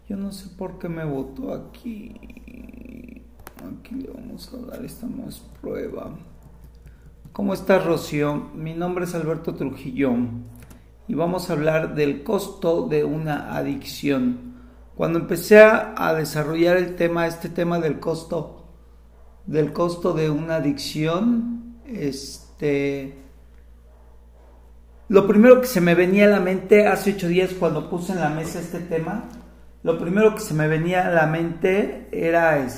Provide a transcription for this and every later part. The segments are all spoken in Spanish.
Yo no sé por qué me votó aquí. Aquí le vamos a dar, esta no es prueba. ¿Cómo estás, Rocío? Mi nombre es Alberto Trujillón y vamos a hablar del costo de una adicción. Cuando empecé a desarrollar este tema del costo de una adicción, lo primero que se me venía a la mente hace 8 días cuando puse en la mesa este tema, lo primero que se me venía a la mente era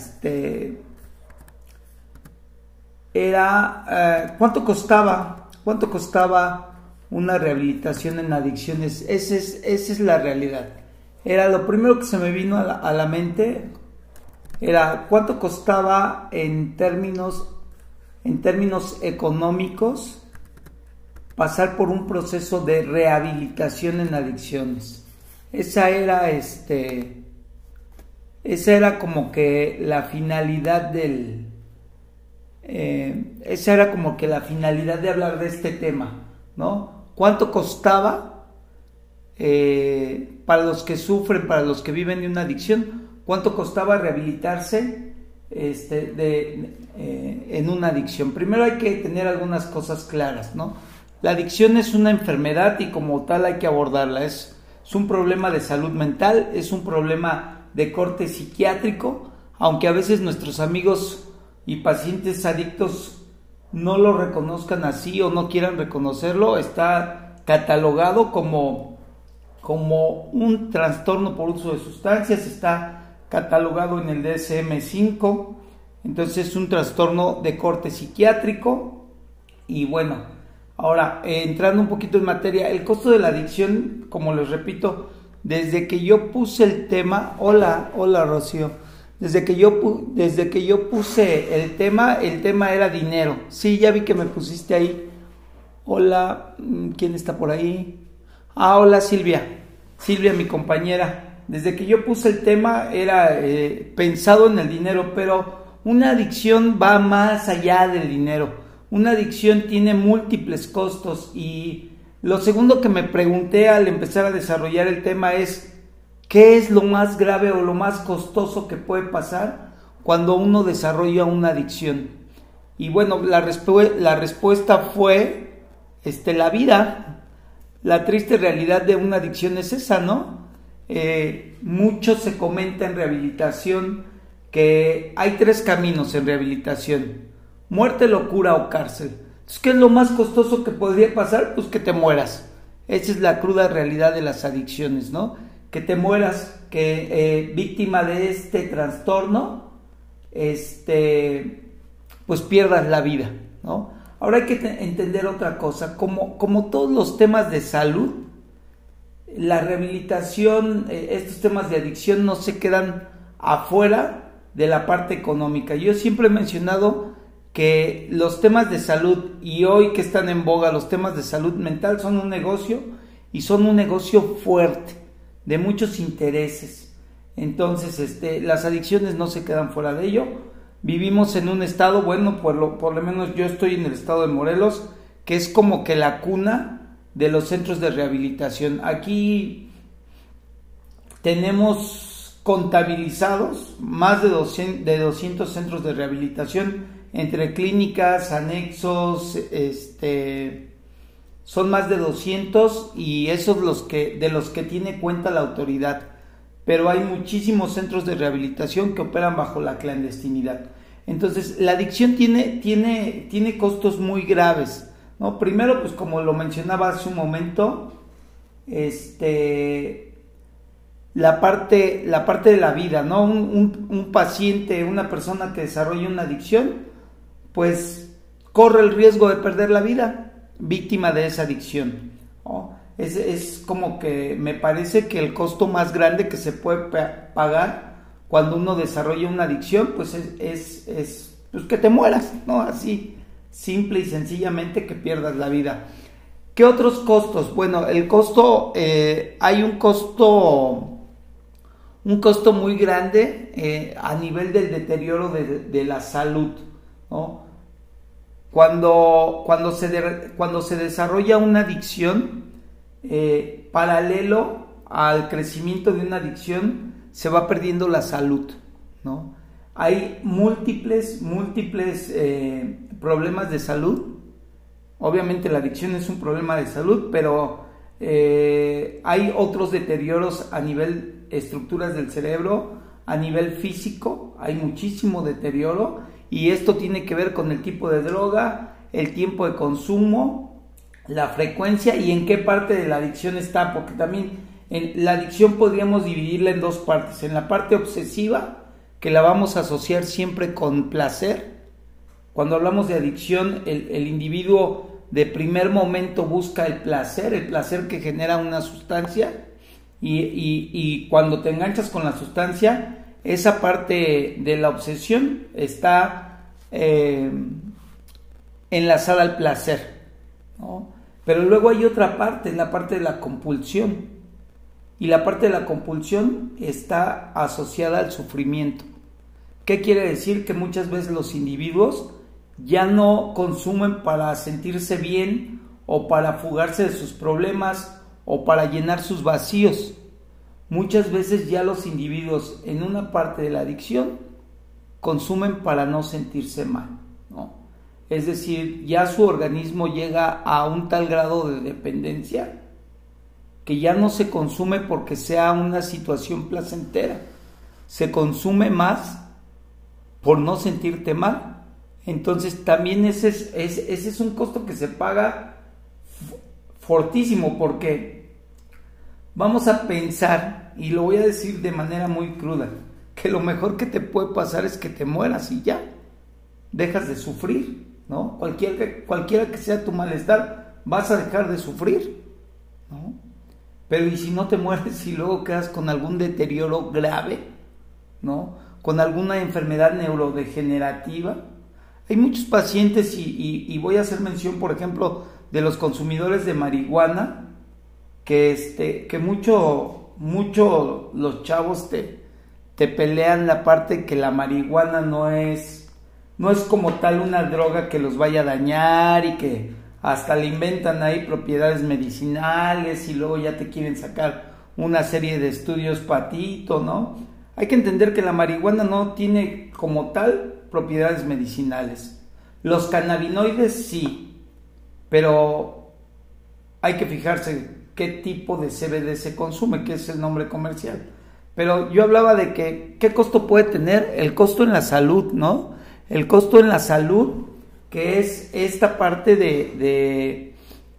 ¿cuánto costaba una rehabilitación en adicciones? Esa es la realidad. Era lo primero que se me vino a la mente, era cuánto costaba en términos económicos pasar por un proceso de rehabilitación en adicciones. Esa era como que la finalidad esa era como que la finalidad de hablar de este tema, ¿no? ¿Cuánto costaba para los que sufren, para los que viven de una adicción? ¿Cuánto costaba rehabilitarse en una adicción? Primero hay que tener algunas cosas claras, ¿no? La adicción es una enfermedad y como tal hay que abordarla. Es un problema de salud mental, es un problema de corte psiquiátrico, aunque a veces nuestros amigos y pacientes adictos no lo reconozcan así o no quieran reconocerlo. Está catalogado como un trastorno por uso de sustancias, está catalogado en el DSM-5, entonces es un trastorno de corte psiquiátrico. Y bueno, ahora entrando un poquito en materia, el costo de la adicción, como les repito, desde que yo puse el tema, hola Rocío, desde que yo puse el tema era dinero. Sí, ya vi que me pusiste ahí. Hola, ¿quién está por ahí? Hola Silvia, mi compañera. Desde que yo puse el tema era pensado en el dinero, pero una adicción va más allá del dinero. Una adicción tiene múltiples costos y lo segundo que me pregunté al empezar a desarrollar el tema es ¿qué es lo más grave o lo más costoso que puede pasar cuando uno desarrolla una adicción? Y bueno, la respuesta fue la vida. La triste realidad de una adicción es esa, ¿no? Mucho se comenta en rehabilitación que hay 3 caminos en rehabilitación: muerte, locura o cárcel. Entonces, ¿qué es lo más costoso que podría pasar? Pues que te mueras. Esa es la cruda realidad de las adicciones, ¿no? Que te mueras, que víctima de este trastorno, pues pierdas la vida, ¿no? Ahora hay que entender otra cosa, como todos los temas de salud, la rehabilitación, estos temas de adicción no se quedan afuera de la parte económica. Yo siempre he mencionado que los temas de salud, y hoy que están en boga los temas de salud mental, son un negocio y son un negocio fuerte, de muchos intereses. Entonces las adicciones no se quedan fuera de ello. Vivimos en un estado, bueno, por lo menos yo estoy en el estado de Morelos, que es como que la cuna de los centros de rehabilitación. Aquí tenemos contabilizados más de 200 centros de rehabilitación, entre clínicas, anexos, son más de 200 y esos de los que tiene cuenta la autoridad. Pero hay muchísimos centros de rehabilitación que operan bajo la clandestinidad. Entonces, la adicción tiene costos muy graves, ¿no? Primero, pues como lo mencionaba hace un momento, la parte de la vida, ¿no? Un paciente, una persona que desarrolla una adicción, pues corre el riesgo de perder la vida, víctima de esa adicción, ¿no? Es como que me parece que el costo más grande que se puede pagar cuando uno desarrolla una adicción, pues es pues que te mueras, ¿no? Así, simple y sencillamente, que pierdas la vida. ¿Qué otros costos? Bueno, el costo, hay un costo muy grande a nivel del deterioro de la salud, ¿no? Cuando se desarrolla una adicción, paralelo al crecimiento de una adicción se va perdiendo la salud, ¿no? Hay múltiples problemas de salud. Obviamente la adicción es un problema de salud, pero hay otros deterioros a nivel estructuras del cerebro, a nivel físico, hay muchísimo deterioro, y esto tiene que ver con el tipo de droga, el tiempo de consumo, la frecuencia y en qué parte de la adicción está, porque también la adicción podríamos dividirla en dos partes: en la parte obsesiva, que la vamos a asociar siempre con placer. Cuando hablamos de adicción, el individuo de primer momento busca el placer que genera una sustancia, y cuando te enganchas con la sustancia, esa parte de la obsesión está enlazada al placer, ¿no? Pero luego hay otra parte, la parte de la compulsión, y la parte de la compulsión está asociada al sufrimiento. ¿Qué quiere decir? Que muchas veces los individuos ya no consumen para sentirse bien o para fugarse de sus problemas o para llenar sus vacíos. Muchas veces ya los individuos en una parte de la adicción consumen para no sentirse mal, ¿no? Es decir, ya su organismo llega a un tal grado de dependencia que ya no se consume porque sea una situación placentera, se consume más por no sentirte mal. Entonces también ese es un costo que se paga fortísimo, porque vamos a pensar, y lo voy a decir de manera muy cruda, que lo mejor que te puede pasar es que te mueras y ya, dejas de sufrir, ¿no? Cualquiera que sea tu malestar, vas a dejar de sufrir, ¿no? Pero ¿y si no te mueres y luego quedas con algún deterioro grave, ¿no? Con alguna enfermedad neurodegenerativa? Hay muchos pacientes, y voy a hacer mención, por ejemplo, de los consumidores de marihuana, que mucho los chavos te pelean la parte que la marihuana no es como tal una droga que los vaya a dañar, y que hasta le inventan ahí propiedades medicinales y luego ya te quieren sacar una serie de estudios patito, ¿no? Hay que entender que la marihuana no tiene como tal propiedades medicinales. Los cannabinoides sí, pero hay que fijarse qué tipo de CBD se consume, que es el nombre comercial. Pero yo hablaba de que qué costo puede tener el costo en la salud, ¿no? El costo en la salud, que es esta parte de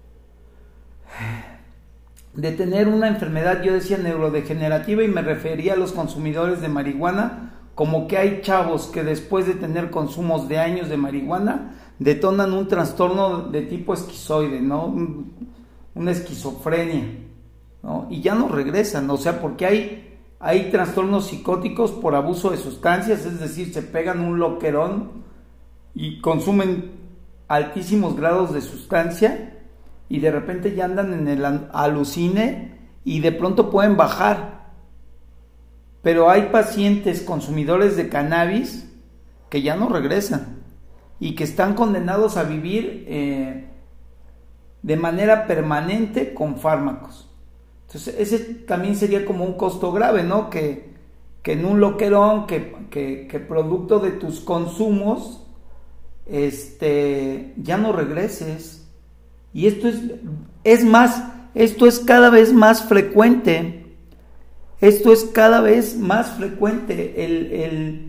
tener una enfermedad, yo decía neurodegenerativa, y me refería a los consumidores de marihuana, como que hay chavos que después de tener consumos de años de marihuana detonan un trastorno de tipo esquizoide, ¿no? Una esquizofrenia, ¿no? Y ya no regresan, o sea, porque hay trastornos psicóticos por abuso de sustancias, es decir, se pegan un loquerón y consumen altísimos grados de sustancia, y de repente ya andan en el alucine y de pronto pueden bajar. Pero hay pacientes consumidores de cannabis que ya no regresan y que están condenados a vivir de manera permanente con fármacos. Entonces ese también sería como un costo grave, ¿no? Que en un loquerón, que producto de tus consumos ya no regreses. Y esto es cada vez más frecuente. Esto es cada vez más frecuente.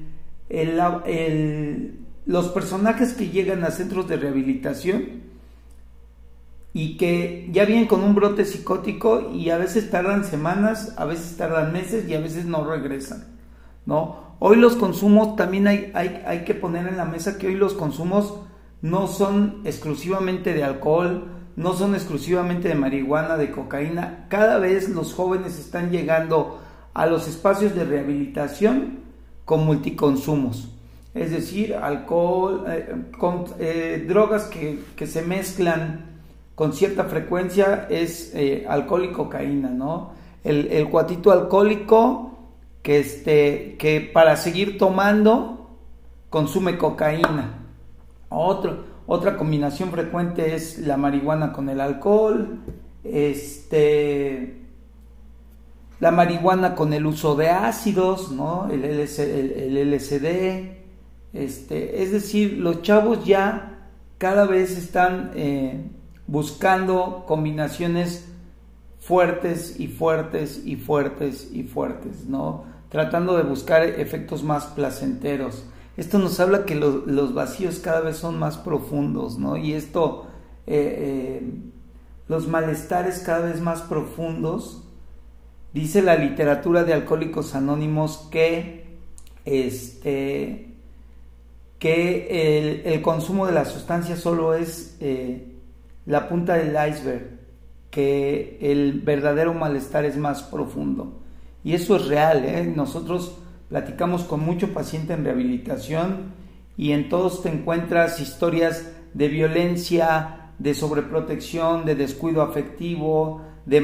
Los personajes que llegan a centros de rehabilitación y que ya vienen con un brote psicótico, y a veces tardan semanas, a veces tardan meses y a veces no regresan, ¿no? Hoy los consumos, también hay que poner en la mesa que hoy los consumos no son exclusivamente de alcohol, no son exclusivamente de marihuana, de cocaína. Cada vez los jóvenes están llegando a los espacios de rehabilitación con multiconsumos, es decir, alcohol, drogas que se mezclan con cierta frecuencia, es alcohol y cocaína, ¿no? El cuatito alcohólico que para seguir tomando consume cocaína. Otra combinación frecuente es la marihuana con el alcohol. la marihuana con el uso de ácidos, ¿no? El LSD, es decir, los chavos ya cada vez están buscando combinaciones fuertes y fuertes y fuertes y fuertes, ¿no? Tratando de buscar efectos más placenteros. Esto nos habla que los vacíos cada vez son más profundos, ¿no? Y esto, los malestares cada vez más profundos. Dice la literatura de Alcohólicos Anónimos que el consumo de la sustancia solo es la punta del iceberg, que el verdadero malestar es más profundo. Y eso es real, ¿eh? Nosotros platicamos con mucho paciente en rehabilitación y en todos te encuentras historias de violencia, de sobreprotección, de descuido afectivo, de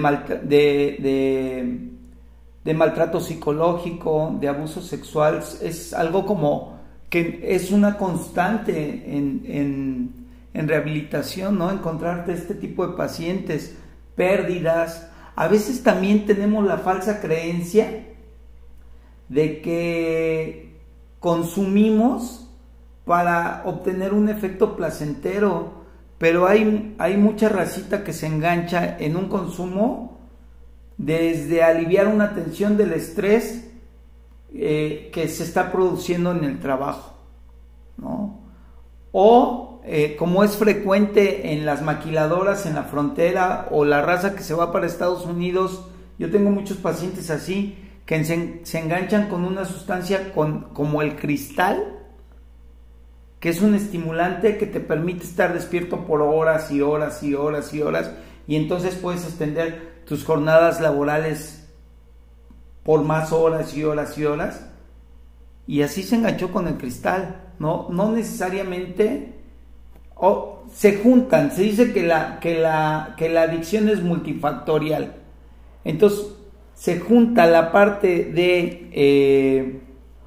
maltrato psicológico, de abuso sexual. Es algo como que es una constante en rehabilitación, ¿no? Encontrarte este tipo de pacientes, pérdidas. A veces también tenemos la falsa creencia de que consumimos para obtener un efecto placentero, pero hay mucha racita que se engancha en un consumo desde aliviar una tensión del estrés que se está produciendo en el trabajo, ¿no? O como es frecuente en las maquiladoras en la frontera, o la raza que se va para Estados Unidos. Yo tengo muchos pacientes así que se enganchan con una sustancia como el cristal, que es un estimulante que te permite estar despierto por horas y horas y horas y horas, y entonces puedes extender tus jornadas laborales por más horas y horas y horas. Y así se enganchó con el cristal, no necesariamente se juntan. Se dice que la adicción es multifactorial. Entonces se junta la parte de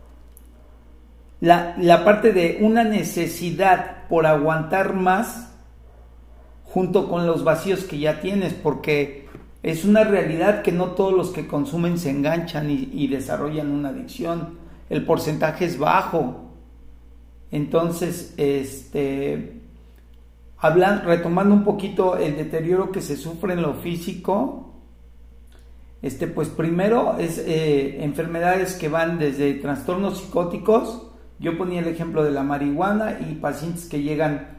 la parte de una necesidad por aguantar más, junto con los vacíos que ya tienes, porque es una realidad que no todos los que consumen se enganchan y desarrollan una adicción. El porcentaje es bajo. Entonces, retomando un poquito el deterioro que se sufre en lo físico, pues primero es enfermedades que van desde trastornos psicóticos. Yo ponía el ejemplo de la marihuana y pacientes que llegan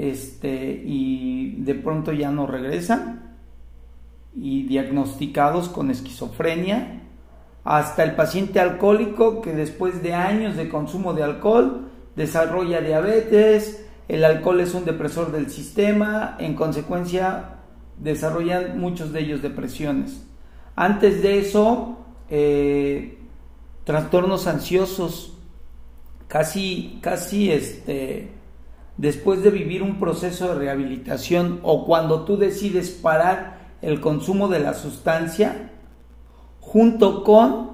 y de pronto ya no regresan, y diagnosticados con esquizofrenia, hasta el paciente alcohólico que después de años de consumo de alcohol desarrolla diabetes. El alcohol es un depresor del sistema, en consecuencia desarrollan muchos de ellos depresiones. Antes de eso, trastornos ansiosos, casi después de vivir un proceso de rehabilitación, o cuando tú decides parar el consumo de la sustancia, junto con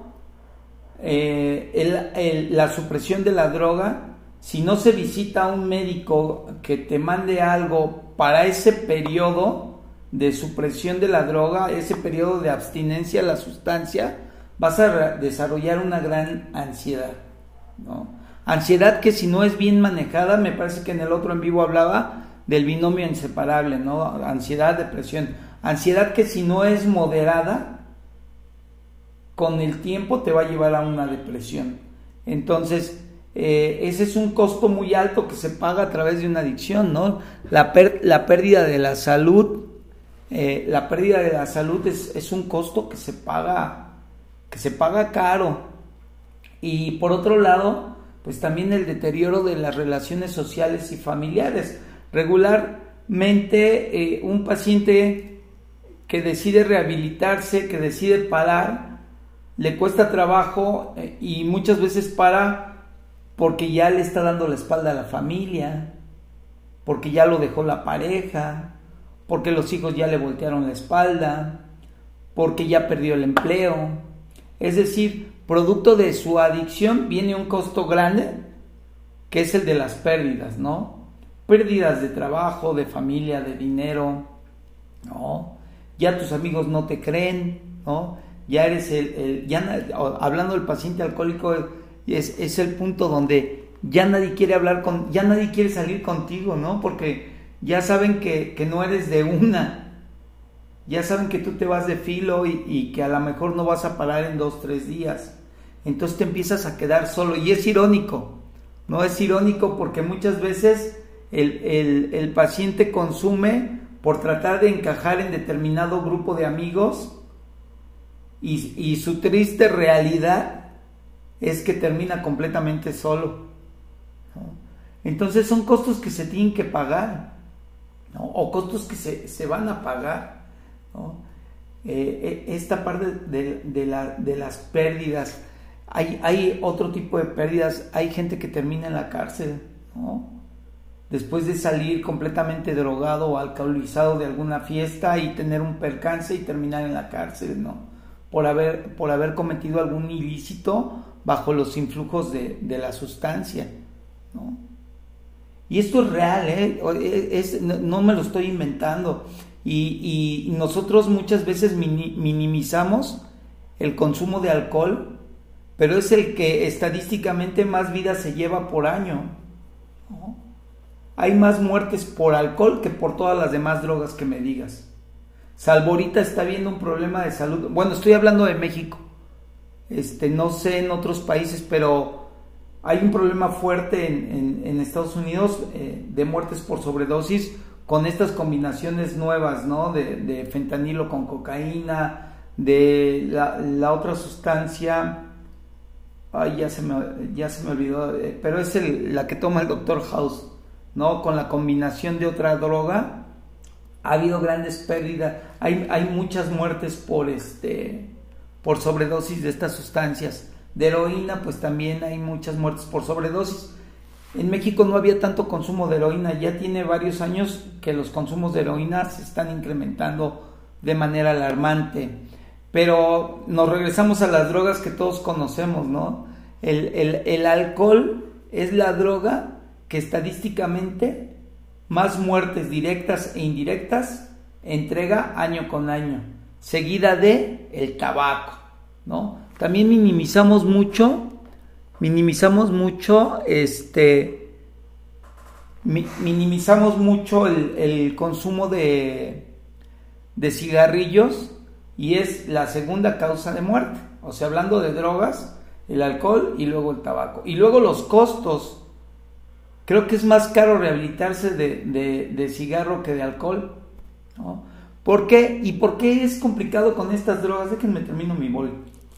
la supresión de la droga. Si no se visita a un médico que te mande algo para ese periodo de supresión de la droga, ese periodo de abstinencia a la sustancia, vas a desarrollar una gran ansiedad, ¿no? Ansiedad que, si no es bien manejada, me parece que en el otro en vivo hablaba del binomio inseparable, ¿no? Ansiedad, depresión. Ansiedad que, si no es moderada, con el tiempo te va a llevar a una depresión. Entonces, ese es un costo muy alto que se paga a través de una adicción, ¿no? La pérdida de la salud, es un costo que se paga caro. Y por otro lado, pues también el deterioro de las relaciones sociales y familiares. Regularmente, un paciente que decide rehabilitarse, que decide parar, le cuesta trabajo, y muchas veces para porque ya le está dando la espalda a la familia, porque ya lo dejó la pareja, porque los hijos ya le voltearon la espalda, porque ya perdió el empleo. Es decir, producto de su adicción viene un costo grande, que es el de las pérdidas, ¿no? Pérdidas de trabajo, de familia, de dinero, ¿no? Ya tus amigos no te creen, ¿no? ya eres hablando del paciente alcohólico, es el punto donde ya nadie quiere ya nadie quiere salir contigo, ¿no? Porque ya saben que no eres de una, ya saben que tú te vas de filo y que a lo mejor no vas a parar en 2-3 días. Entonces te empiezas a quedar solo, y es irónico, ¿no? Es irónico porque muchas veces el paciente consume por tratar de encajar en determinado grupo de amigos, y su triste realidad es que termina completamente solo, ¿no? Entonces son costos que se tienen que pagar, ¿no? O costos que se van a pagar, ¿no? Esta parte de las pérdidas, hay otro tipo de pérdidas. Hay gente que termina en la cárcel, ¿no? Después de salir completamente drogado o alcoholizado de alguna fiesta y tener un percance y terminar en la cárcel, ¿no? Por haber cometido algún ilícito bajo los influjos de la sustancia, ¿no? Y esto es real, no me lo estoy inventando. Y nosotros muchas veces minimizamos el consumo de alcohol, pero es el que estadísticamente más vidas se lleva por año, ¿no? Hay más muertes por alcohol que por todas las demás drogas que me digas. Salvo ahorita está habiendo un problema de salud. Bueno, estoy hablando de México. No sé en otros países, pero hay un problema fuerte en Estados Unidos de muertes por sobredosis con estas combinaciones nuevas, ¿no? De fentanilo con cocaína, de la otra sustancia. Ay, ya se me olvidó, pero es la que toma el Dr. House, ¿no? Con la combinación de otra droga ha habido grandes pérdidas. Hay muchas muertes por sobredosis de estas sustancias. De heroína, pues también hay muchas muertes por sobredosis. En México no había tanto consumo de heroína, ya tiene varios años que los consumos de heroína se están incrementando de manera alarmante. Pero nos regresamos a las drogas que todos conocemos, ¿no? El alcohol es la droga que estadísticamente más muertes directas e indirectas entrega año con año, seguida de el tabaco, ¿no? También minimizamos mucho el consumo de cigarrillos, y es la segunda causa de muerte. O sea, hablando de drogas, el alcohol y luego el tabaco. Y luego los costos. Creo que es más caro rehabilitarse de cigarro que de alcohol, ¿no? ¿Por qué? ¿Y por qué es complicado con estas drogas? Déjenme termino mi bol,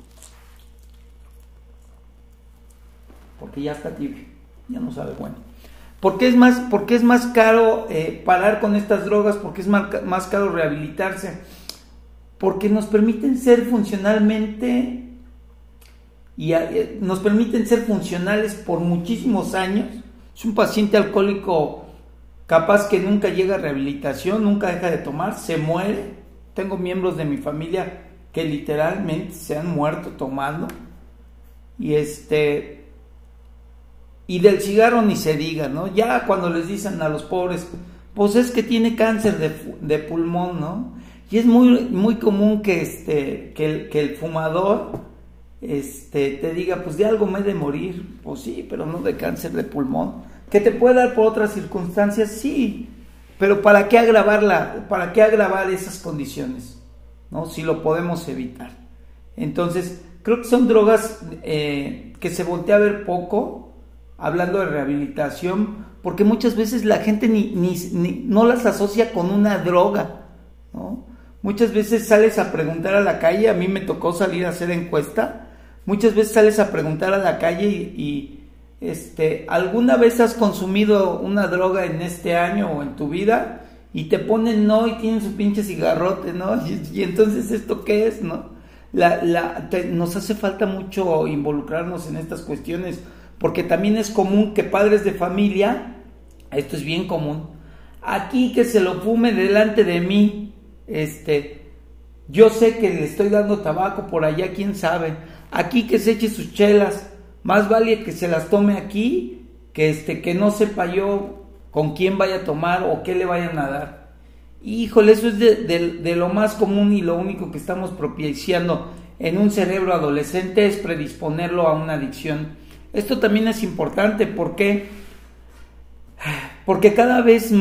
porque ya está tibio, ya no sabe bueno. ¿Por qué es más caro parar con estas drogas? ¿Por qué es más caro rehabilitarse? Porque nos permiten ser funcionalmente nos permiten ser funcionales por muchísimos años. Es un paciente alcohólico capaz que nunca llega a rehabilitación, nunca deja de tomar, se muere. Tengo miembros de mi familia que literalmente se han muerto tomando. Y del cigarro ni se diga, ¿no? Ya cuando les dicen a los pobres, pues es que tiene cáncer de pulmón, ¿no? Y es muy, muy común que el fumador te diga, pues de algo me he de morir. Pues sí, pero no de cáncer de pulmón. ¿Que te puede dar por otras circunstancias? Sí, pero ¿para qué agravar esas condiciones, ¿no? Si lo podemos evitar. Entonces, creo que son drogas que se voltea a ver poco, hablando de rehabilitación, porque muchas veces la gente no las asocia con una droga, ¿no? Muchas veces sales a preguntar a la calle, a mí me tocó salir a hacer encuesta, muchas veces sales a preguntar a la calle y ¿alguna vez has consumido una droga en este año o en tu vida? Y te ponen no, y tienen su pinche cigarrote, ¿no? Y entonces, ¿esto qué es, no? Nos hace falta mucho involucrarnos en estas cuestiones, porque también es común que padres de familia, esto es bien común, aquí que se lo fume delante de mí, yo sé que le estoy dando tabaco, por allá quién sabe, aquí que se eche sus chelas, más vale que se las tome aquí, que no sepa yo con quién vaya a tomar o qué le vayan a dar. Híjole, eso es de lo más común y lo único que estamos propiciando. en un cerebro adolescente es predisponerlo a una adicción. Esto también es importante porque cada vez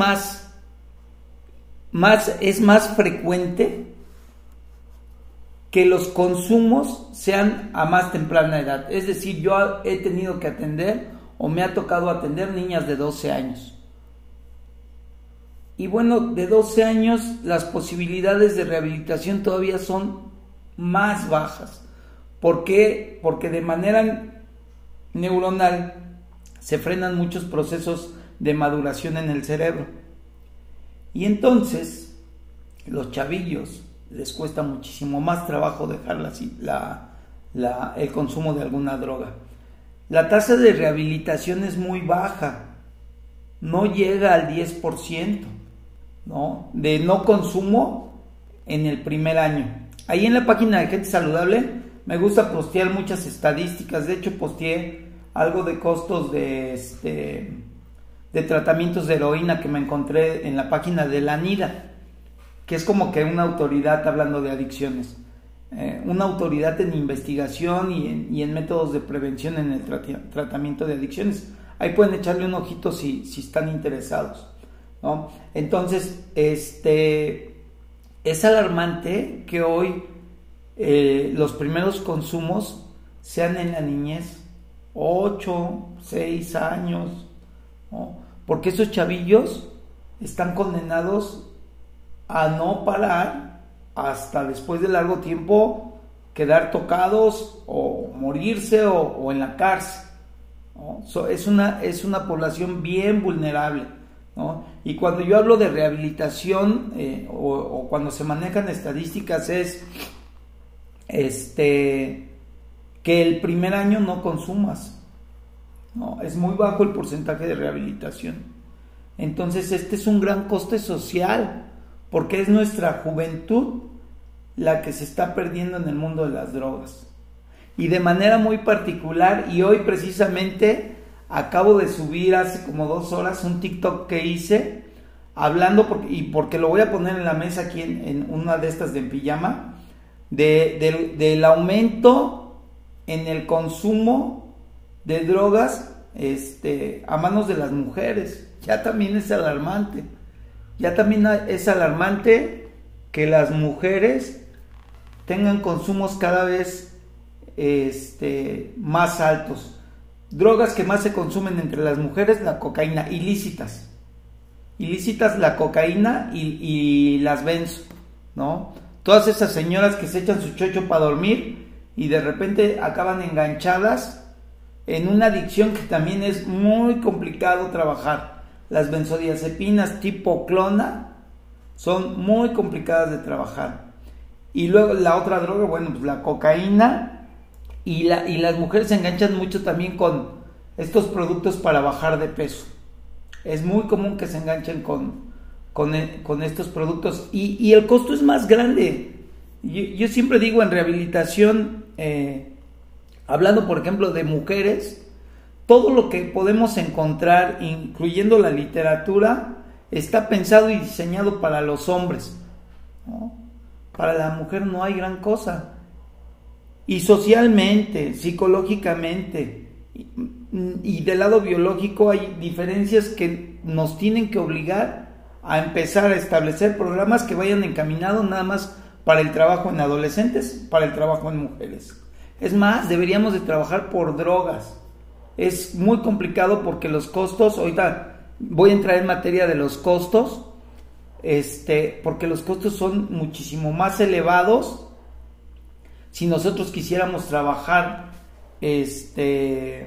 es más frecuente que los consumos sean a más temprana edad. Es decir, yo he tenido que atender o me ha tocado atender niñas de 12 años. Y bueno, de 12 años las posibilidades de rehabilitación todavía son más bajas. ¿Por qué? Porque de manera neuronal se frenan muchos procesos de maduración en el cerebro. Y entonces los chavillos les cuesta muchísimo más trabajo dejar el consumo de alguna droga. La tasa de rehabilitación es muy baja, no llega al 10%, ¿no? De no consumo en el primer año. Ahí en la página de Gente Saludable me gusta postear muchas estadísticas. De hecho, posteé algo de costos de tratamientos de heroína que me encontré en la página de la NIDA, que es como que una autoridad hablando de adicciones, una autoridad en investigación y en métodos de prevención en el tratamiento de adicciones. Ahí pueden echarle un ojito si están interesados, ¿no? Entonces, es alarmante que hoy los primeros consumos sean en la niñez, 8, 6 años, ¿no? Porque esos chavillos están condenados a no parar hasta después de largo tiempo quedar tocados o morirse o en la cárcel, ¿no? Es una población bien vulnerable, ¿no? Y cuando yo hablo de rehabilitación o cuando se manejan estadísticas es que el primer año no consumas, ¿no? Es muy bajo el porcentaje de rehabilitación. Entonces este es un gran coste social, porque es nuestra juventud la que se está perdiendo en el mundo de las drogas. Y de manera muy particular, y hoy precisamente acabo de subir hace como 2 horas un TikTok que hice, hablando, porque lo voy a poner en la mesa aquí en una de estas de en pijama, del aumento en el consumo de drogas a manos de las mujeres. Ya también es alarmante. Ya también es alarmante que las mujeres tengan consumos cada vez más altos. Drogas que más se consumen entre las mujeres, la cocaína, ilícitas la cocaína y las benzo, ¿no? Todas esas señoras que se echan su chocho para dormir y de repente acaban enganchadas en una adicción que también es muy complicado trabajar. Las benzodiazepinas tipo clona son muy complicadas de trabajar. Y luego la otra droga, bueno, pues la cocaína, y las mujeres se enganchan mucho también con estos productos para bajar de peso. Es muy común que se enganchen con estos productos y el costo es más grande. Yo siempre digo en rehabilitación, hablando por ejemplo de mujeres, todo lo que podemos encontrar, incluyendo la literatura, está pensado y diseñado para los hombres, ¿no? Para la mujer no hay gran cosa. Y socialmente, psicológicamente y del lado biológico hay diferencias que nos tienen que obligar a empezar a establecer programas que vayan encaminados nada más para el trabajo en adolescentes, para el trabajo en mujeres. Es más, deberíamos de trabajar por drogas. Es muy complicado porque los costos, ahorita voy a entrar en materia de los costos, porque los costos son muchísimo más elevados si nosotros quisiéramos trabajar de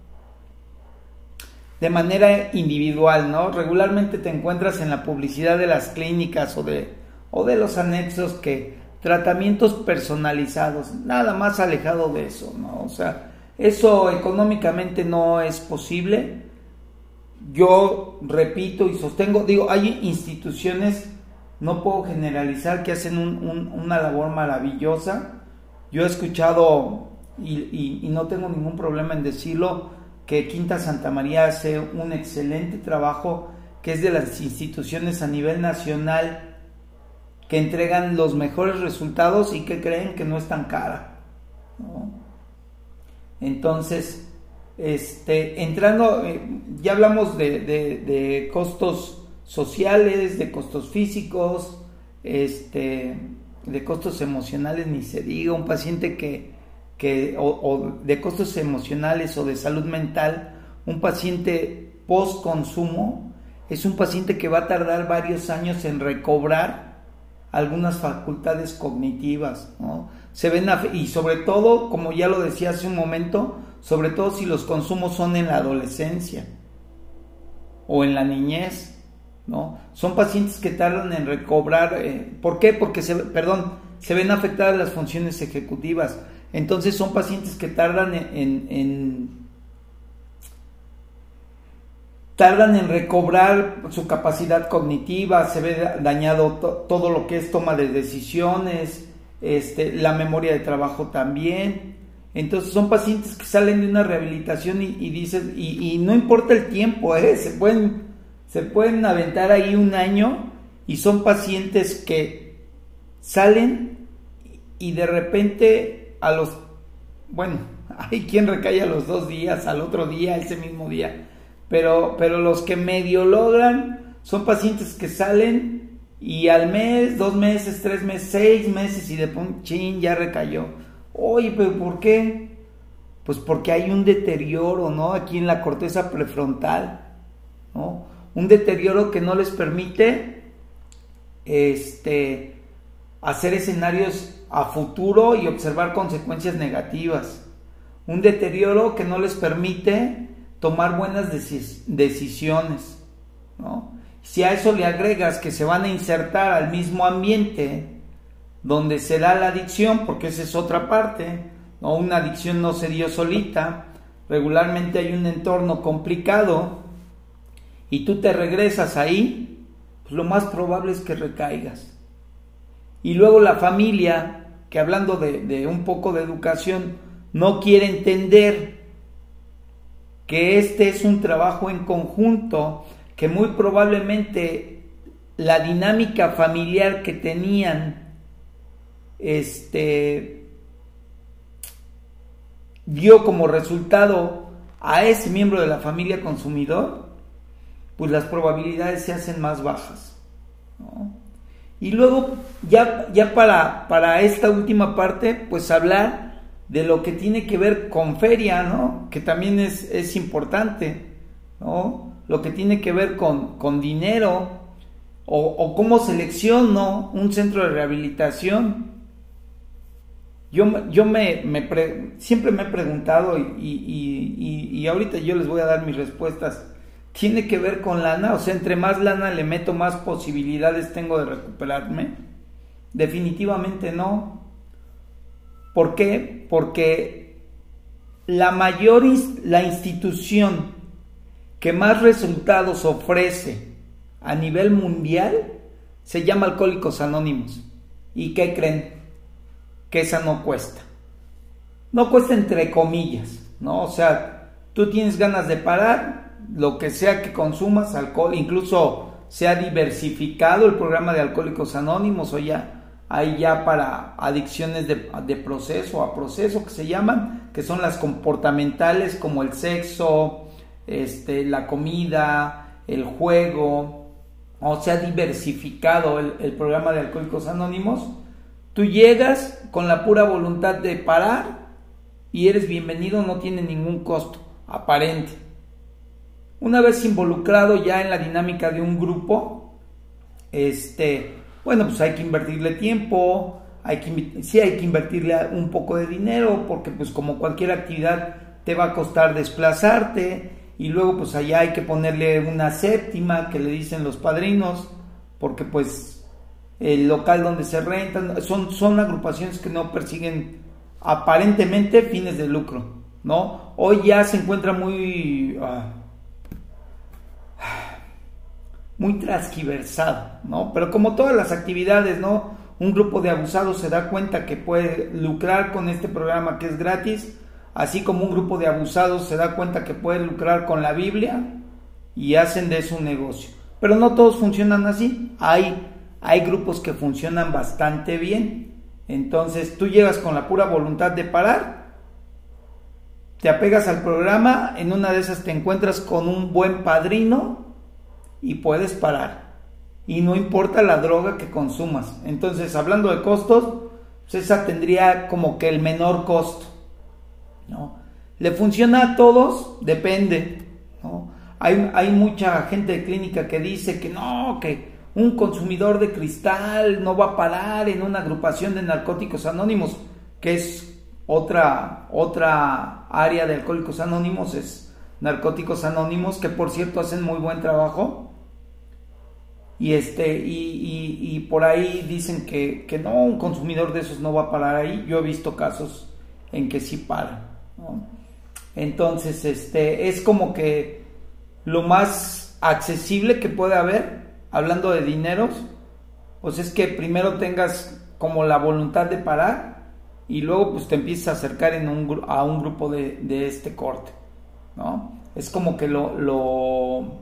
manera individual, ¿no? Regularmente te encuentras en la publicidad de las clínicas o de los anexos que tratamientos personalizados, nada más alejado de eso, ¿no? O sea, eso económicamente no es posible. Yo repito y sostengo, hay instituciones, no puedo generalizar, que hacen una labor maravillosa. Yo he escuchado, y no tengo ningún problema en decirlo, que Quinta Santa María hace un excelente trabajo, que es de las instituciones a nivel nacional que entregan los mejores resultados y que creen que no es tan cara. ¿no? Entonces, entrando, ya hablamos de costos sociales, de costos físicos, de costos emocionales, ni se diga. Un paciente o de costos emocionales o de salud mental, un paciente post consumo es un paciente que va a tardar varios años en recobrar algunas facultades cognitivas, ¿no? Y sobre todo, como ya lo decía hace un momento, sobre todo si los consumos son en la adolescencia o en la niñez, ¿no? Son pacientes que tardan en recobrar. ¿Por qué? Porque se ven afectadas las funciones ejecutivas. Entonces son pacientes que tardan en recobrar su capacidad cognitiva, se ve dañado todo lo que es toma de decisiones, la memoria de trabajo también. Entonces son pacientes que salen de una rehabilitación y dicen, y no importa el tiempo, se pueden aventar ahí un año, y son pacientes que salen y de repente hay quien recae a los 2 días, al otro día, ese mismo día, pero los que medio logran son pacientes que salen y al mes, 2 meses, 3 meses, 6 meses y de pronto, ya recayó. Oye, pero ¿por qué? Pues porque hay un deterioro, ¿no? Aquí en la corteza prefrontal, ¿no? Un deterioro que no les permite hacer escenarios a futuro y observar consecuencias negativas. Un deterioro que no les permite tomar buenas decisiones, ¿no? Si a eso le agregas que se van a insertar al mismo ambiente donde se da la adicción, porque esa es otra parte, ¿no? Una adicción no se dio solita, regularmente hay un entorno complicado y tú te regresas ahí, pues lo más probable es que recaigas. Y luego la familia, que hablando de un poco de educación, no quiere entender que es un trabajo en conjunto, que muy probablemente la dinámica familiar que tenían dio como resultado a ese miembro de la familia consumidor, pues las probabilidades se hacen más bajas, ¿no? Y luego ya para esta última parte, pues hablar de lo que tiene que ver con feria, ¿no? Que también es importante, ¿no? Lo que tiene que ver con dinero, o cómo selecciono un centro de rehabilitación. Yo siempre me he preguntado y ahorita yo les voy a dar mis respuestas. ¿Tiene que ver con lana? O sea, entre más lana le meto, más posibilidades tengo de recuperarme. Definitivamente no. ¿Por qué? Porque la institución que más resultados ofrece a nivel mundial se llama Alcohólicos Anónimos. ¿Y qué creen? Que esa no cuesta. No cuesta entre comillas, ¿no? O sea, tú tienes ganas de parar, lo que sea que consumas, alcohol, incluso se ha diversificado el programa de Alcohólicos Anónimos, o hay ya para adicciones de proceso a proceso que se llaman, que son las comportamentales, como el sexo, la comida, el juego. O se ha diversificado el programa de Alcohólicos Anónimos. Tú llegas con la pura voluntad de parar y eres bienvenido, no tiene ningún costo aparente. Una vez involucrado ya en la dinámica de un grupo, pues hay que invertirle tiempo, hay que invertirle un poco de dinero, porque pues como cualquier actividad te va a costar desplazarte, y luego pues allá hay que ponerle una séptima que le dicen los padrinos, porque pues el local donde se rentan son agrupaciones que no persiguen aparentemente fines de lucro, ¿no? Hoy ya se encuentra muy transgiversado, ¿no? Pero como todas las actividades, ¿no? Un grupo de abusados se da cuenta que puede lucrar con este programa que es gratis, así como un grupo de abusados se da cuenta que puede lucrar con la Biblia y hacen de eso un negocio. Pero no todos funcionan así. Hay grupos que funcionan bastante bien. Entonces tú llegas con la pura voluntad de parar, te apegas al programa, en una de esas te encuentras con un buen padrino y puedes parar. Y no importa la droga que consumas. Entonces, hablando de costos, pues esa tendría como que el menor costo, ¿no? ¿Le funciona a todos? Depende, ¿no? Hay mucha gente de clínica que dice que no, que un consumidor de cristal no va a parar en una agrupación de narcóticos anónimos, que es otra área de Alcohólicos Anónimos, es Narcóticos Anónimos, que por cierto hacen muy buen trabajo. Y por ahí dicen que no, un consumidor de esos no va a parar ahí. Yo he visto casos en que sí paran, ¿no? Entonces, es como que lo más accesible que puede haber, hablando de dineros, pues es que primero tengas como la voluntad de parar y luego pues te empieces a acercar a un grupo de este corte, ¿no? Es como que lo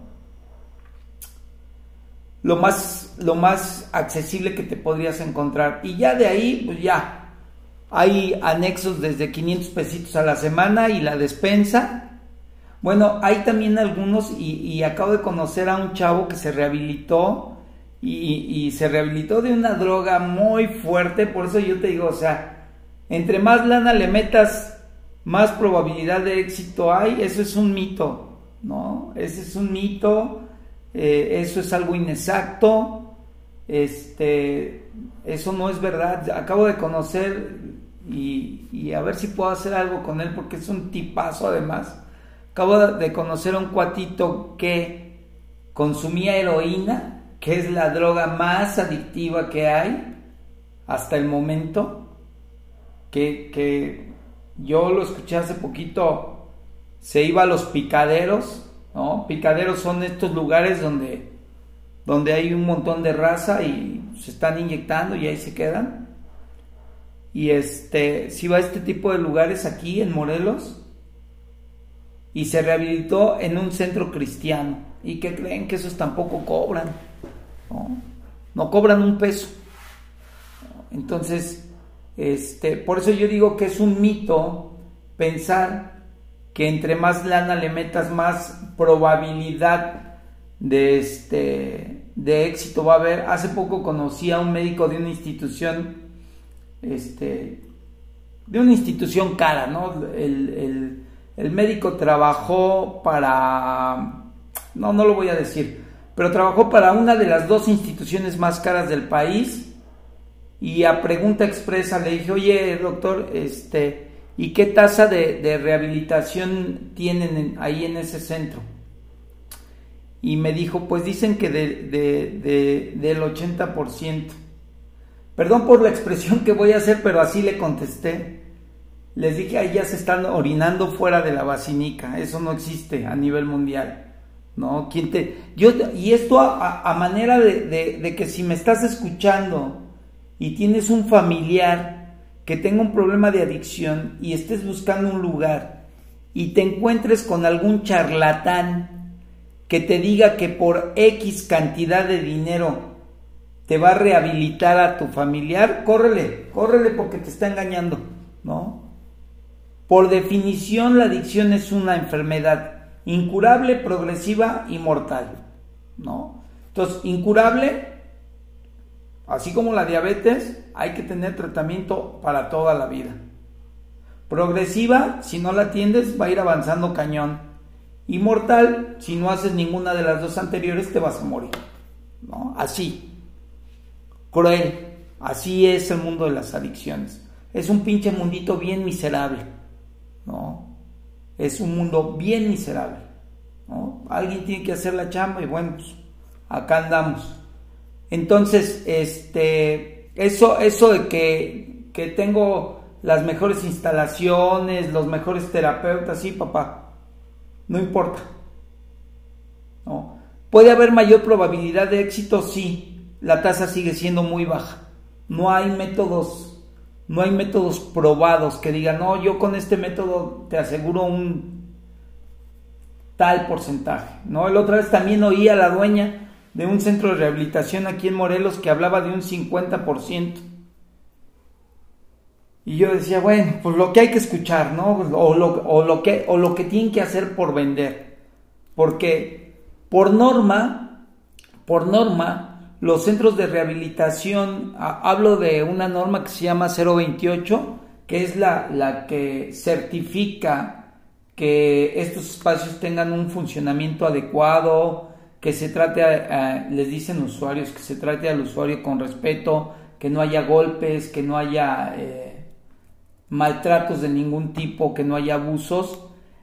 más accesible que te podrías encontrar. Y ya de ahí, pues ya hay anexos desde 500 pesitos a la semana y la despensa. Bueno, hay también algunos, y acabo de conocer a un chavo que se rehabilitó y se rehabilitó de una droga muy fuerte. Por eso yo te digo, o sea, entre más lana le metas, más probabilidad de éxito hay. Eso es un mito, ¿no? Ese es un mito. Eso es algo inexacto, eso no es verdad. Acabo de conocer y a ver si puedo hacer algo con él porque es un tipazo. Además, acabo de conocer a un cuatito que consumía heroína, que es la droga más adictiva que hay hasta el momento, que yo lo escuché hace poquito. Se iba a los picaderos, ¿no? Picaderos son estos lugares donde hay un montón de raza y se están inyectando y ahí se quedan. Y si va a este tipo de lugares aquí en Morelos, y se rehabilitó en un centro cristiano. ¿Y qué creen? Que esos tampoco cobran, ¿no? No cobran un peso. Entonces, por eso yo digo que es un mito pensar que entre más lana le metas, más probabilidad de éxito va a haber. Hace poco conocí a un médico de una institución, cara, ¿no? El médico trabajó para, no lo voy a decir, pero trabajó para una de las 2 instituciones más caras del país, y a pregunta expresa le dije, oye, doctor, ¿y qué tasa de rehabilitación tienen ahí en ese centro? Y me dijo, pues dicen que del 80%. Perdón por la expresión que voy a hacer, pero así le contesté. Les dije, ahí ya se están orinando fuera de la vacinica. Eso no existe a nivel mundial, ¿no? Y esto a manera de que si me estás escuchando y tienes un familiar que tenga un problema de adicción y estés buscando un lugar y te encuentres con algún charlatán que te diga que por X cantidad de dinero te va a rehabilitar a tu familiar, córrele porque te está engañando, ¿no? Por definición, la adicción es una enfermedad incurable, progresiva y mortal, ¿no? Entonces, incurable, así como la diabetes, hay que tener tratamiento para toda la vida. Progresiva, si no la atiendes, va a ir avanzando cañón. Y mortal, si no haces ninguna de las 2 anteriores, te vas a morir, ¿no? Así, cruel, así es el mundo de las adicciones. Es un pinche mundito bien miserable, ¿no? Es un mundo bien miserable, ¿no? Alguien tiene que hacer la chamba y bueno, pues acá andamos. Entonces, eso de que tengo las mejores instalaciones, los mejores terapeutas, sí, papá, no importa, ¿no? ¿Puede haber mayor probabilidad de éxito? Sí, la tasa sigue siendo muy baja. No hay métodos probados que digan, no, yo con este método te aseguro un tal porcentaje, ¿no? La otra vez también oí a la dueña de un centro de rehabilitación aquí en Morelos que hablaba de un 50%. Y yo decía, bueno, pues lo que hay que escuchar, ¿no? O lo que tienen que hacer por vender. Porque por norma, los centros de rehabilitación, hablo de una norma que se llama 028, que es la que certifica que estos espacios tengan un funcionamiento adecuado, que se trate, les dicen usuarios, que se trate al usuario con respeto, que no haya golpes, que no haya maltratos de ningún tipo, que no haya abusos.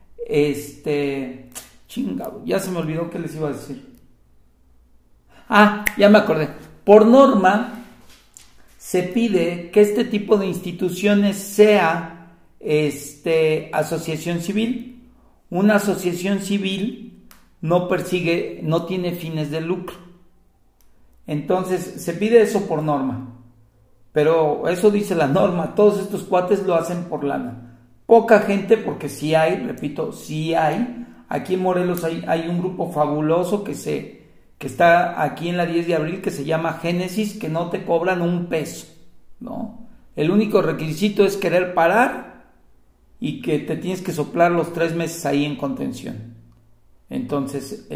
Chingado, ya se me olvidó qué les iba a decir. Ya me acordé. Por norma, se pide que este tipo de instituciones sea asociación civil. Una asociación civil no persigue, no tiene fines de lucro. Entonces, se pide eso por norma. Pero eso dice la norma, todos estos cuates lo hacen por lana. Poca gente, porque sí hay, repito, sí hay. Aquí en Morelos hay un grupo fabuloso que está aquí en la 10 de abril, que se llama Génesis, que no te cobran un peso, ¿no? El único requisito es querer parar y que te tienes que soplar los 3 meses ahí en contención. Entonces,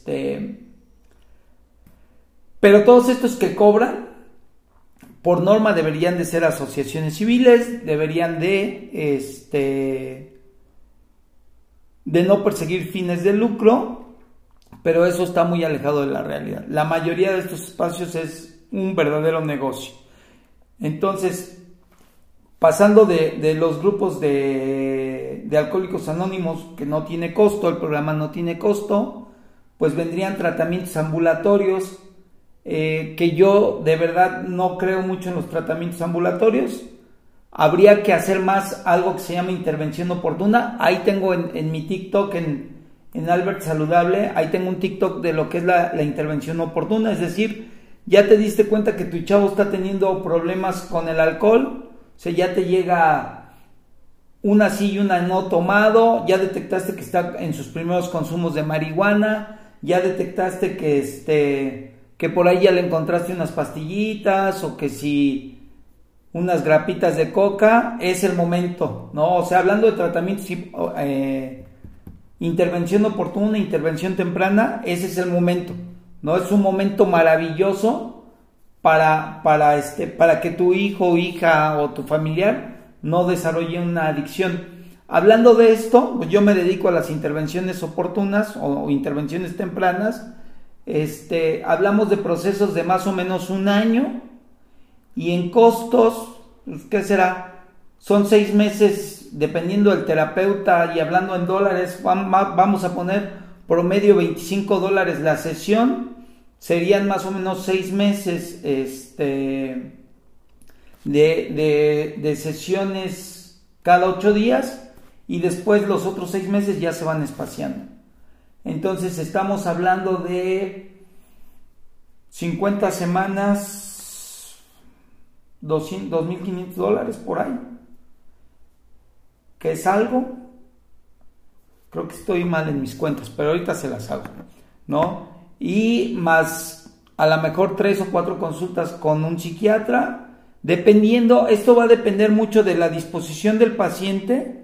pero todos estos que cobran, por norma deberían de ser asociaciones civiles, deberían de no perseguir fines de lucro, pero eso está muy alejado de la realidad. La mayoría de estos espacios es un verdadero negocio. Entonces, pasando de los grupos de Alcohólicos Anónimos, que no tiene costo, el programa no tiene costo, pues vendrían tratamientos ambulatorios, que yo de verdad no creo mucho en los tratamientos ambulatorios. Habría que hacer más algo que se llama intervención oportuna. Ahí tengo en mi TikTok, en Albert Saludable, ahí tengo un TikTok de lo que es la intervención oportuna. Es decir, ya te diste cuenta que tu chavo está teniendo problemas con el alcohol, o sea, ya te llega una sí y una no tomado, ya detectaste que está en sus primeros consumos de marihuana, ya detectaste que por ahí ya le encontraste unas pastillitas, o que si unas grapitas de coca, es el momento, ¿no? O sea, hablando de tratamientos, intervención oportuna, intervención temprana, ese es el momento, ¿no? Es un momento maravilloso para que tu hijo, hija o tu familiar no desarrolle una adicción. Hablando de esto, pues yo me dedico a las intervenciones oportunas o intervenciones tempranas. Hablamos de procesos de más o menos un año, y en costos, pues, ¿qué será? Son 6 meses, dependiendo del terapeuta, y hablando en dólares, vamos a poner promedio $25 la sesión. Serían más o menos 6 meses de sesiones cada 8 días, y después los otros 6 meses ya se van espaciando. Entonces estamos hablando de 50 semanas, $2,500 por ahí, que es algo, creo que estoy mal en mis cuentas, pero ahorita se las hago, ¿no? Y más a lo mejor 3 o 4 consultas con un psiquiatra, dependiendo. Esto va a depender mucho de la disposición del paciente,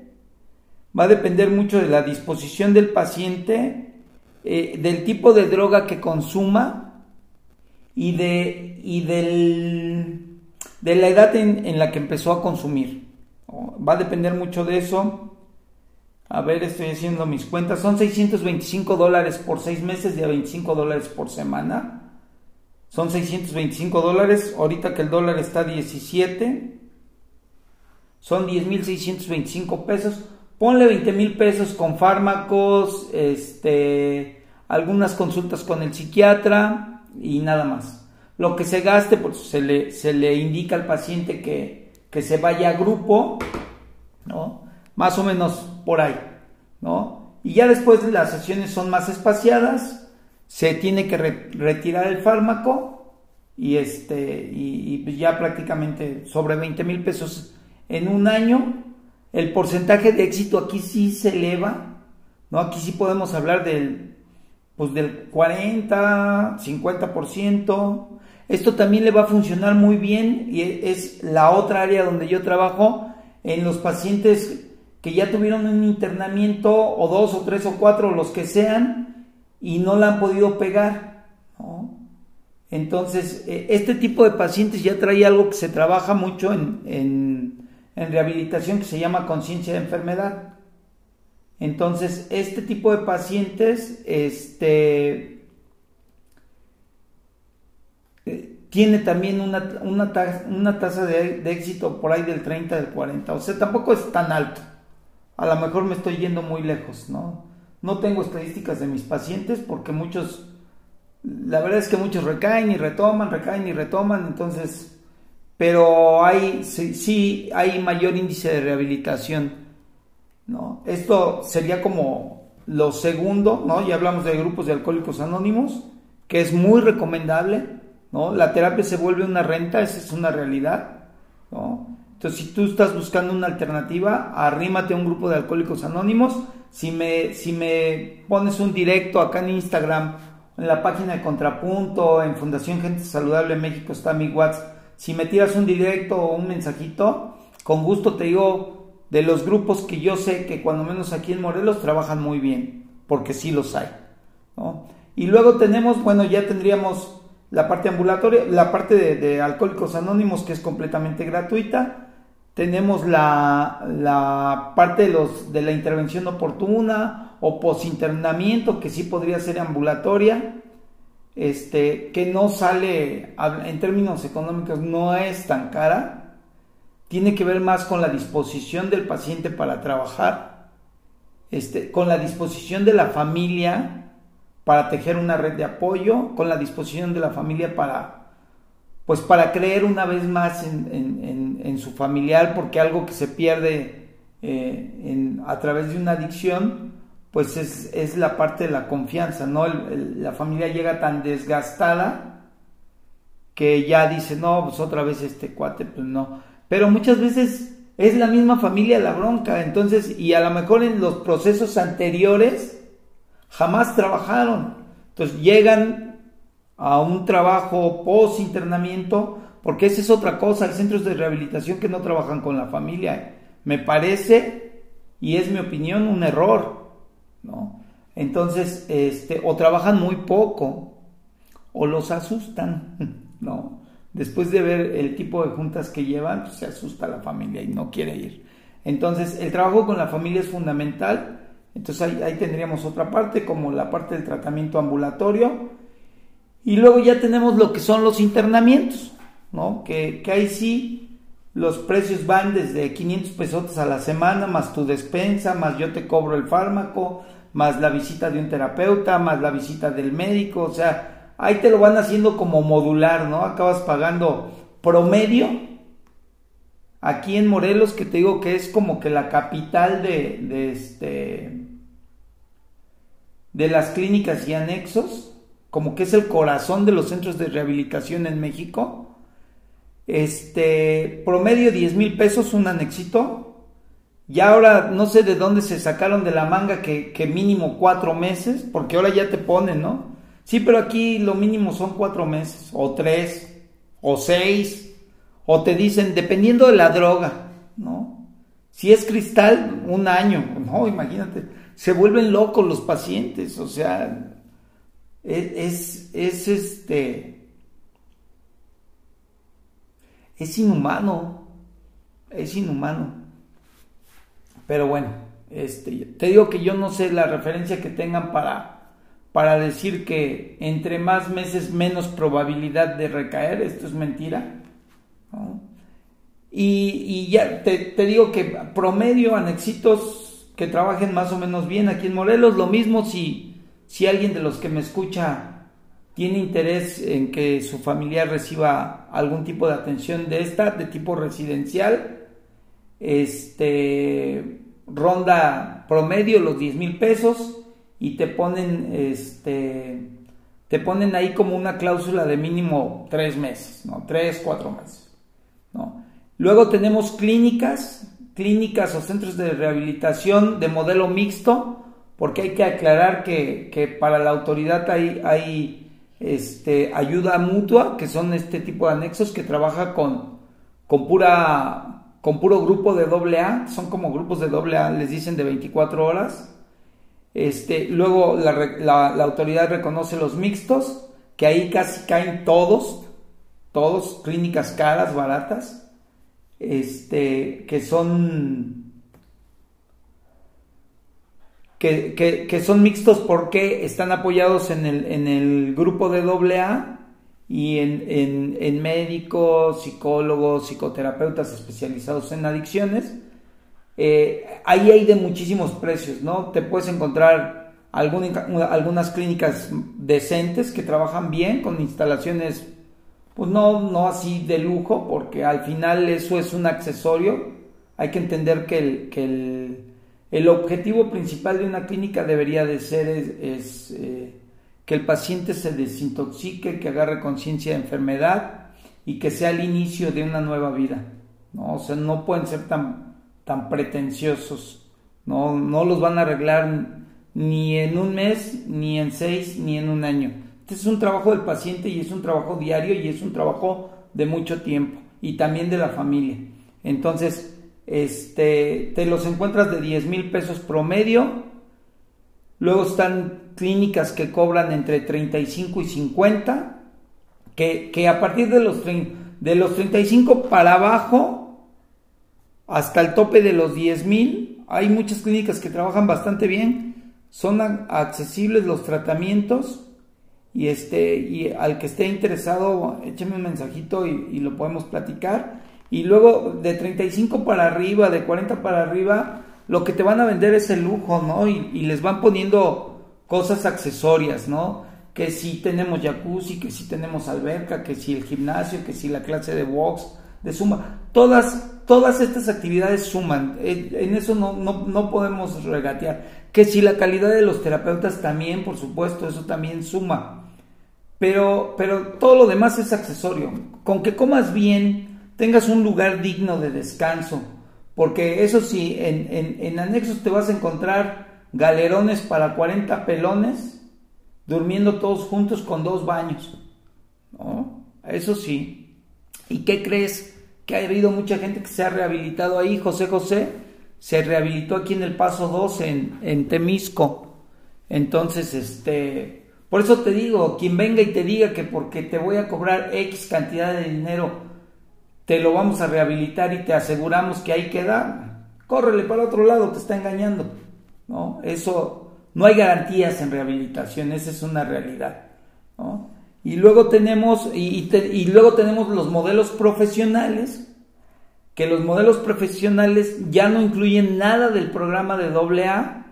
del tipo de droga que consuma, y de la edad en la que empezó a consumir. Va a depender mucho de eso. A ver, estoy haciendo mis cuentas. Son $625 por 6 meses, de a $25 por semana. Son $625. Ahorita que el dólar está a 17, son 10,625 pesos. Ponle 20,000 pesos con fármacos, algunas consultas con el psiquiatra y nada más. Lo que se gaste, pues se le indica al paciente que se vaya a grupo, ¿no? Más o menos por ahí, ¿no? Y ya después las sesiones son más espaciadas, se tiene que retirar el fármaco, y ya prácticamente sobre 20,000 pesos en un año. El porcentaje de éxito aquí sí se eleva, ¿no? Aquí sí podemos hablar del 40, 50%. Esto también le va a funcionar muy bien, y es la otra área donde yo trabajo, en los pacientes que ya tuvieron un internamiento, o 2 o 3 o 4, los que sean, y no la han podido pegar, ¿no? Entonces, este tipo de pacientes ya trae algo que se trabaja mucho en rehabilitación, que se llama conciencia de enfermedad. Entonces, este tipo de pacientes tiene también una tasa de éxito por ahí del 30, del 40, o sea, tampoco es tan alto. A lo mejor me estoy yendo muy lejos, ¿no? No tengo estadísticas de mis pacientes porque la verdad es que muchos recaen y retoman, entonces, pero sí hay mayor índice de rehabilitación, ¿no? Esto sería como lo segundo, ¿no? Ya hablamos de grupos de alcohólicos anónimos, que es muy recomendable, ¿no? La terapia se vuelve una renta, esa es una realidad, ¿no? Entonces, si tú estás buscando una alternativa, arrímate a un grupo de alcohólicos anónimos. Si me pones un directo acá en Instagram, en la página de Contrapunto, en Fundación Gente Saludable México está mi WhatsApp, si me tiras un directo o un mensajito, con gusto te digo de los grupos que yo sé que cuando menos aquí en Morelos trabajan muy bien, porque sí los hay, ¿no? Y luego tenemos, bueno, ya tendríamos la parte ambulatoria, la parte de Alcohólicos Anónimos, que es completamente gratuita. Tenemos la parte de la intervención oportuna o posinternamiento, que sí podría ser ambulatoria, que no sale, en términos económicos, no es tan cara. Tiene que ver más con la disposición del paciente para trabajar, con la disposición de la familia para tejer una red de apoyo, con la disposición de la familia para creer una vez más en su familiar, porque algo que se pierde a través de una adicción, pues es la parte de la confianza, ¿no? La familia llega tan desgastada que ya dice, no, pues otra vez este cuate, pues no. Pero muchas veces es la misma familia la bronca, entonces, y a lo mejor en los procesos anteriores jamás trabajaron. Entonces llegan a un trabajo post internamiento, porque esa es otra cosa. Hay centros de rehabilitación que no trabajan con la familia. Me parece, y es mi opinión, un error, ¿no? Entonces, o trabajan muy poco, o los asustan, ¿no? Después de ver el tipo de juntas que llevan, pues se asusta la familia y no quiere ir. Entonces, el trabajo con la familia es fundamental. Entonces, ahí tendríamos otra parte, como la parte del tratamiento ambulatorio. Y luego ya tenemos lo que son los internamientos, ¿no? Que ahí sí los precios van desde 500 pesos a la semana, más tu despensa, más yo te cobro el fármaco, más la visita de un terapeuta, más la visita del médico. O sea, ahí te lo van haciendo como modular, ¿no? Acabas pagando promedio aquí en Morelos, que te digo que es como que la capital de las clínicas y anexos, como que es el corazón de los centros de rehabilitación en México. Promedio 10,000 pesos un anexito. Ya ahora no sé de dónde se sacaron de la manga que mínimo 4 meses, porque ahora ya te ponen, ¿no? Sí, pero aquí lo mínimo son 4 meses, o 3, o 6, o te dicen, dependiendo de la droga, ¿no? Si es cristal, 1 año, no, imagínate, se vuelven locos los pacientes, o sea, es inhumano, pero bueno, te digo que yo no sé la referencia que tengan para decir que entre más meses menos probabilidad de recaer. Esto es mentira, ¿no? Y ya te digo que promedio anexitos que trabajen más o menos bien aquí en Morelos. Lo mismo si alguien de los que me escucha tiene interés en que su familiar reciba algún tipo de atención de tipo residencial, ronda promedio los 10,000 pesos, y te ponen ahí como una cláusula de mínimo 3 meses, ¿no? 3, 4 meses, ¿no? Luego tenemos clínicas o centros de rehabilitación de modelo mixto, porque hay que aclarar que para la autoridad hay ayuda mutua, que son este tipo de anexos que trabaja con pura con puro grupo de AA, son como grupos de AA, les dicen de 24 horas. Luego la autoridad reconoce los mixtos, que ahí casi caen todos, clínicas caras, baratas, que son mixtos porque están apoyados en el grupo de AA y en médicos, psicólogos, psicoterapeutas especializados en adicciones. Ahí hay de muchísimos precios, ¿no? Te puedes encontrar algunas clínicas decentes que trabajan bien con instalaciones, pues no así de lujo, porque al final eso es un accesorio. Hay que entender que el objetivo principal de una clínica debería de ser que el paciente se desintoxique, que agarre conciencia de enfermedad y que sea el inicio de una nueva vida, ¿no? O sea, no pueden ser tan pretenciosos, no los van a arreglar ni en un mes, ni en 6, ni en un año. Este es un trabajo del paciente y es un trabajo diario y es un trabajo de mucho tiempo y también de la familia. Entonces, te los encuentras de 10,000 pesos promedio. Luego están clínicas que cobran entre 35 y 50, que a partir de los 35 para abajo, hasta el tope de los 10,000, hay muchas clínicas que trabajan bastante bien, son accesibles los tratamientos, y al que esté interesado, écheme un mensajito y lo podemos platicar. Y luego de 35 para arriba, de 40 para arriba, lo que te van a vender es el lujo, ¿no? Y les van poniendo cosas accesorias, ¿no? Que si tenemos jacuzzi, que si tenemos alberca, que si el gimnasio, que si la clase de box, de zumba. Todas estas actividades suman. En eso no podemos regatear. Que si la calidad de los terapeutas también, por supuesto, eso también suma. Pero todo lo demás es accesorio. Con que comas bien, tengas un lugar digno de descanso, porque eso sí, en anexos te vas a encontrar galerones para 40 pelones durmiendo todos juntos con 2 baños, ¿no? Eso sí. ¿Y qué crees? Que ha habido mucha gente que se ha rehabilitado ahí. José se rehabilitó aquí en el Paso 2 en Temisco. Entonces, por eso te digo, quien venga y te diga que porque te voy a cobrar X cantidad de dinero te lo vamos a rehabilitar y te aseguramos que ahí queda, córrele para otro lado, te está engañando, ¿no? Eso, no hay garantías en rehabilitación, esa es una realidad, ¿no? Y luego tenemos los modelos profesionales, que los modelos profesionales ya no incluyen nada del programa de AA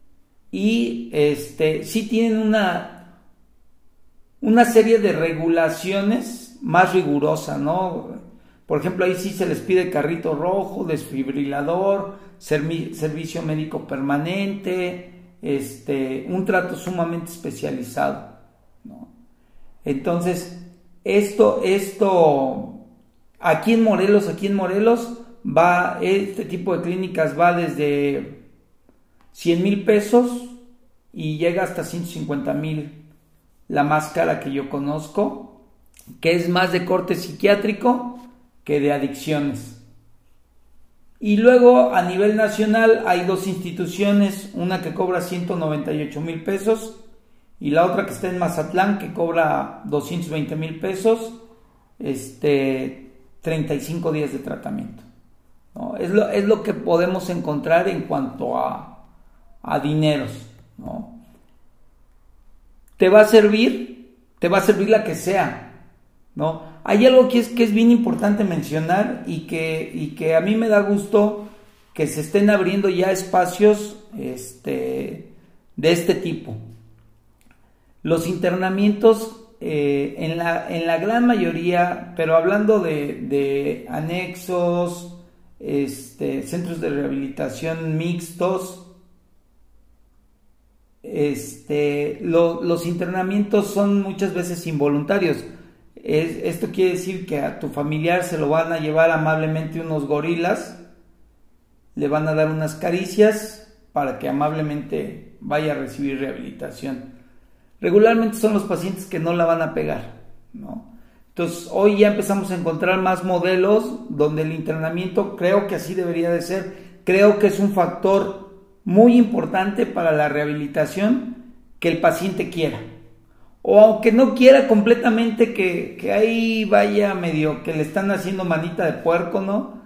y sí tienen una serie de regulaciones más rigurosas, ¿no? Por ejemplo, ahí sí se les pide carrito rojo, desfibrilador, servicio médico permanente, un trato sumamente especializado, ¿no? Entonces, esto aquí en Morelos va, este tipo de clínicas va desde 100,000 pesos y llega hasta 150,000, la más cara que yo conozco, que es más de corte psiquiátrico que de adicciones. Y luego a nivel nacional hay 2 instituciones, una que cobra 198,000 pesos y la otra que está en Mazatlán, que cobra 220,000 pesos, 35 días de tratamiento, ¿no? Es lo que podemos encontrar en cuanto a dineros, ¿no? Te va a servir la que sea, ¿no? Hay algo que es bien importante mencionar y que a mí me da gusto que se estén abriendo ya espacios de este tipo. Los internamientos en la gran mayoría, pero hablando de anexos, centros de rehabilitación mixtos, los internamientos son muchas veces involuntarios. Esto quiere decir que a tu familiar se lo van a llevar amablemente unos gorilas, le van a dar unas caricias para que amablemente vaya a recibir rehabilitación. Regularmente son los pacientes que no la van a pegar, ¿no? Entonces hoy ya empezamos a encontrar más modelos donde el internamiento, creo que así debería de ser, creo que es un factor muy importante para la rehabilitación, que el paciente quiera, o aunque no quiera completamente, que ahí vaya medio que le están haciendo manita de puerco, ¿no?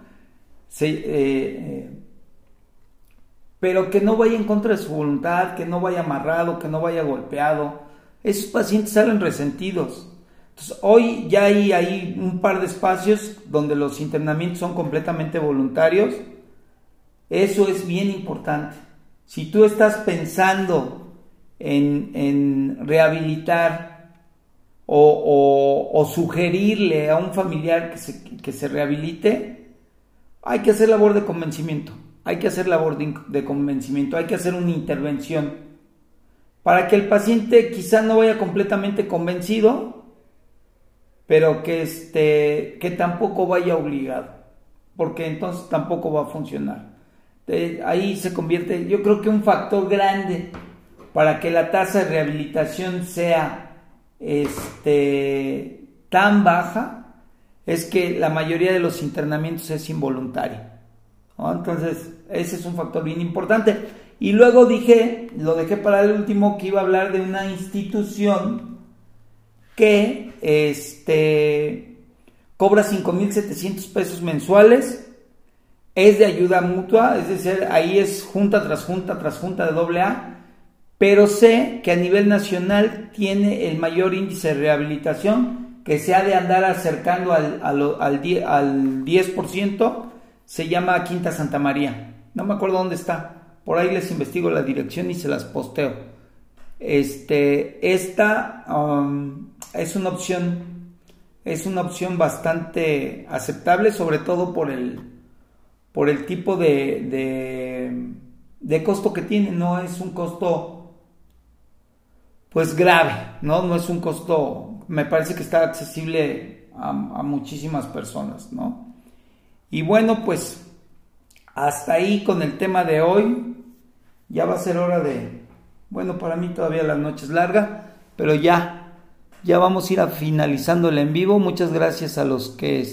Pero que no vaya en contra de su voluntad, que no vaya amarrado, que no vaya golpeado. Esos pacientes salen resentidos. Entonces hoy ya hay un par de espacios donde los internamientos son completamente voluntarios. Eso es bien importante. Si tú estás pensando en rehabilitar o sugerirle a un familiar que se rehabilite, hay que hacer labor de convencimiento, hay que hacer labor de convencimiento, hay que hacer una intervención para que el paciente quizá no vaya completamente convencido, pero que tampoco vaya obligado, porque entonces tampoco va a funcionar. Ahí se convierte, yo creo que un factor grande para que la tasa de rehabilitación sea tan baja es que la mayoría de los internamientos es involuntario, ¿no? Entonces ese es un factor bien importante. Y luego lo dejé para el último, que iba a hablar de una institución que cobra 5,700 pesos mensuales. Es de ayuda mutua, es decir, ahí es junta tras junta tras junta de AA, pero sé que a nivel nacional tiene el mayor índice de rehabilitación, que se ha de andar acercando al 10%, se llama Quinta Santa María. No me acuerdo dónde está, por ahí les investigo la dirección y se las posteo. Esta es una opción bastante aceptable, sobre todo por el tipo de costo que tiene. No es un costo pues grave, no es un costo, me parece que está accesible a muchísimas personas, ¿no? Y bueno, pues hasta ahí con el tema de hoy. Ya va a ser hora bueno, para mí todavía la noche es larga, pero ya vamos a ir finalizando el en vivo. Muchas gracias a los que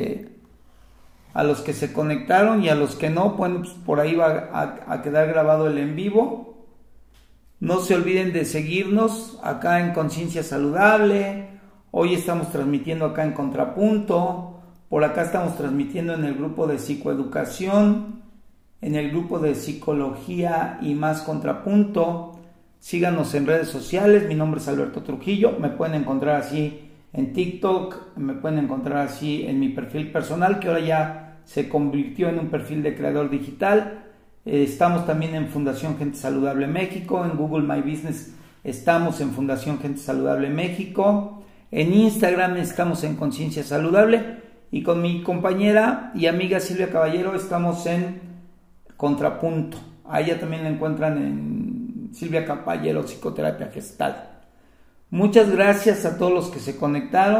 se conectaron, y a los que no, bueno, pues por ahí va a quedar grabado el en vivo. No se olviden de seguirnos acá en Conciencia Saludable. Hoy estamos transmitiendo acá en Contrapunto. Por acá estamos transmitiendo en el grupo de psicoeducación, en el grupo de psicología y más Contrapunto. Síganos en redes sociales. Mi nombre es Alberto Trujillo. Me pueden encontrar así en TikTok, me pueden encontrar así en mi perfil personal, que ahora ya se convirtió en un perfil de creador digital. Estamos también en Fundación Gente Saludable México. En Google My Business estamos en Fundación Gente Saludable México. En Instagram estamos en Conciencia Saludable. Y con mi compañera y amiga Silvia Caballero estamos en Contrapunto. A ella también la encuentran en Silvia Caballero Psicoterapia Gestal. Muchas gracias a todos los que se conectaron.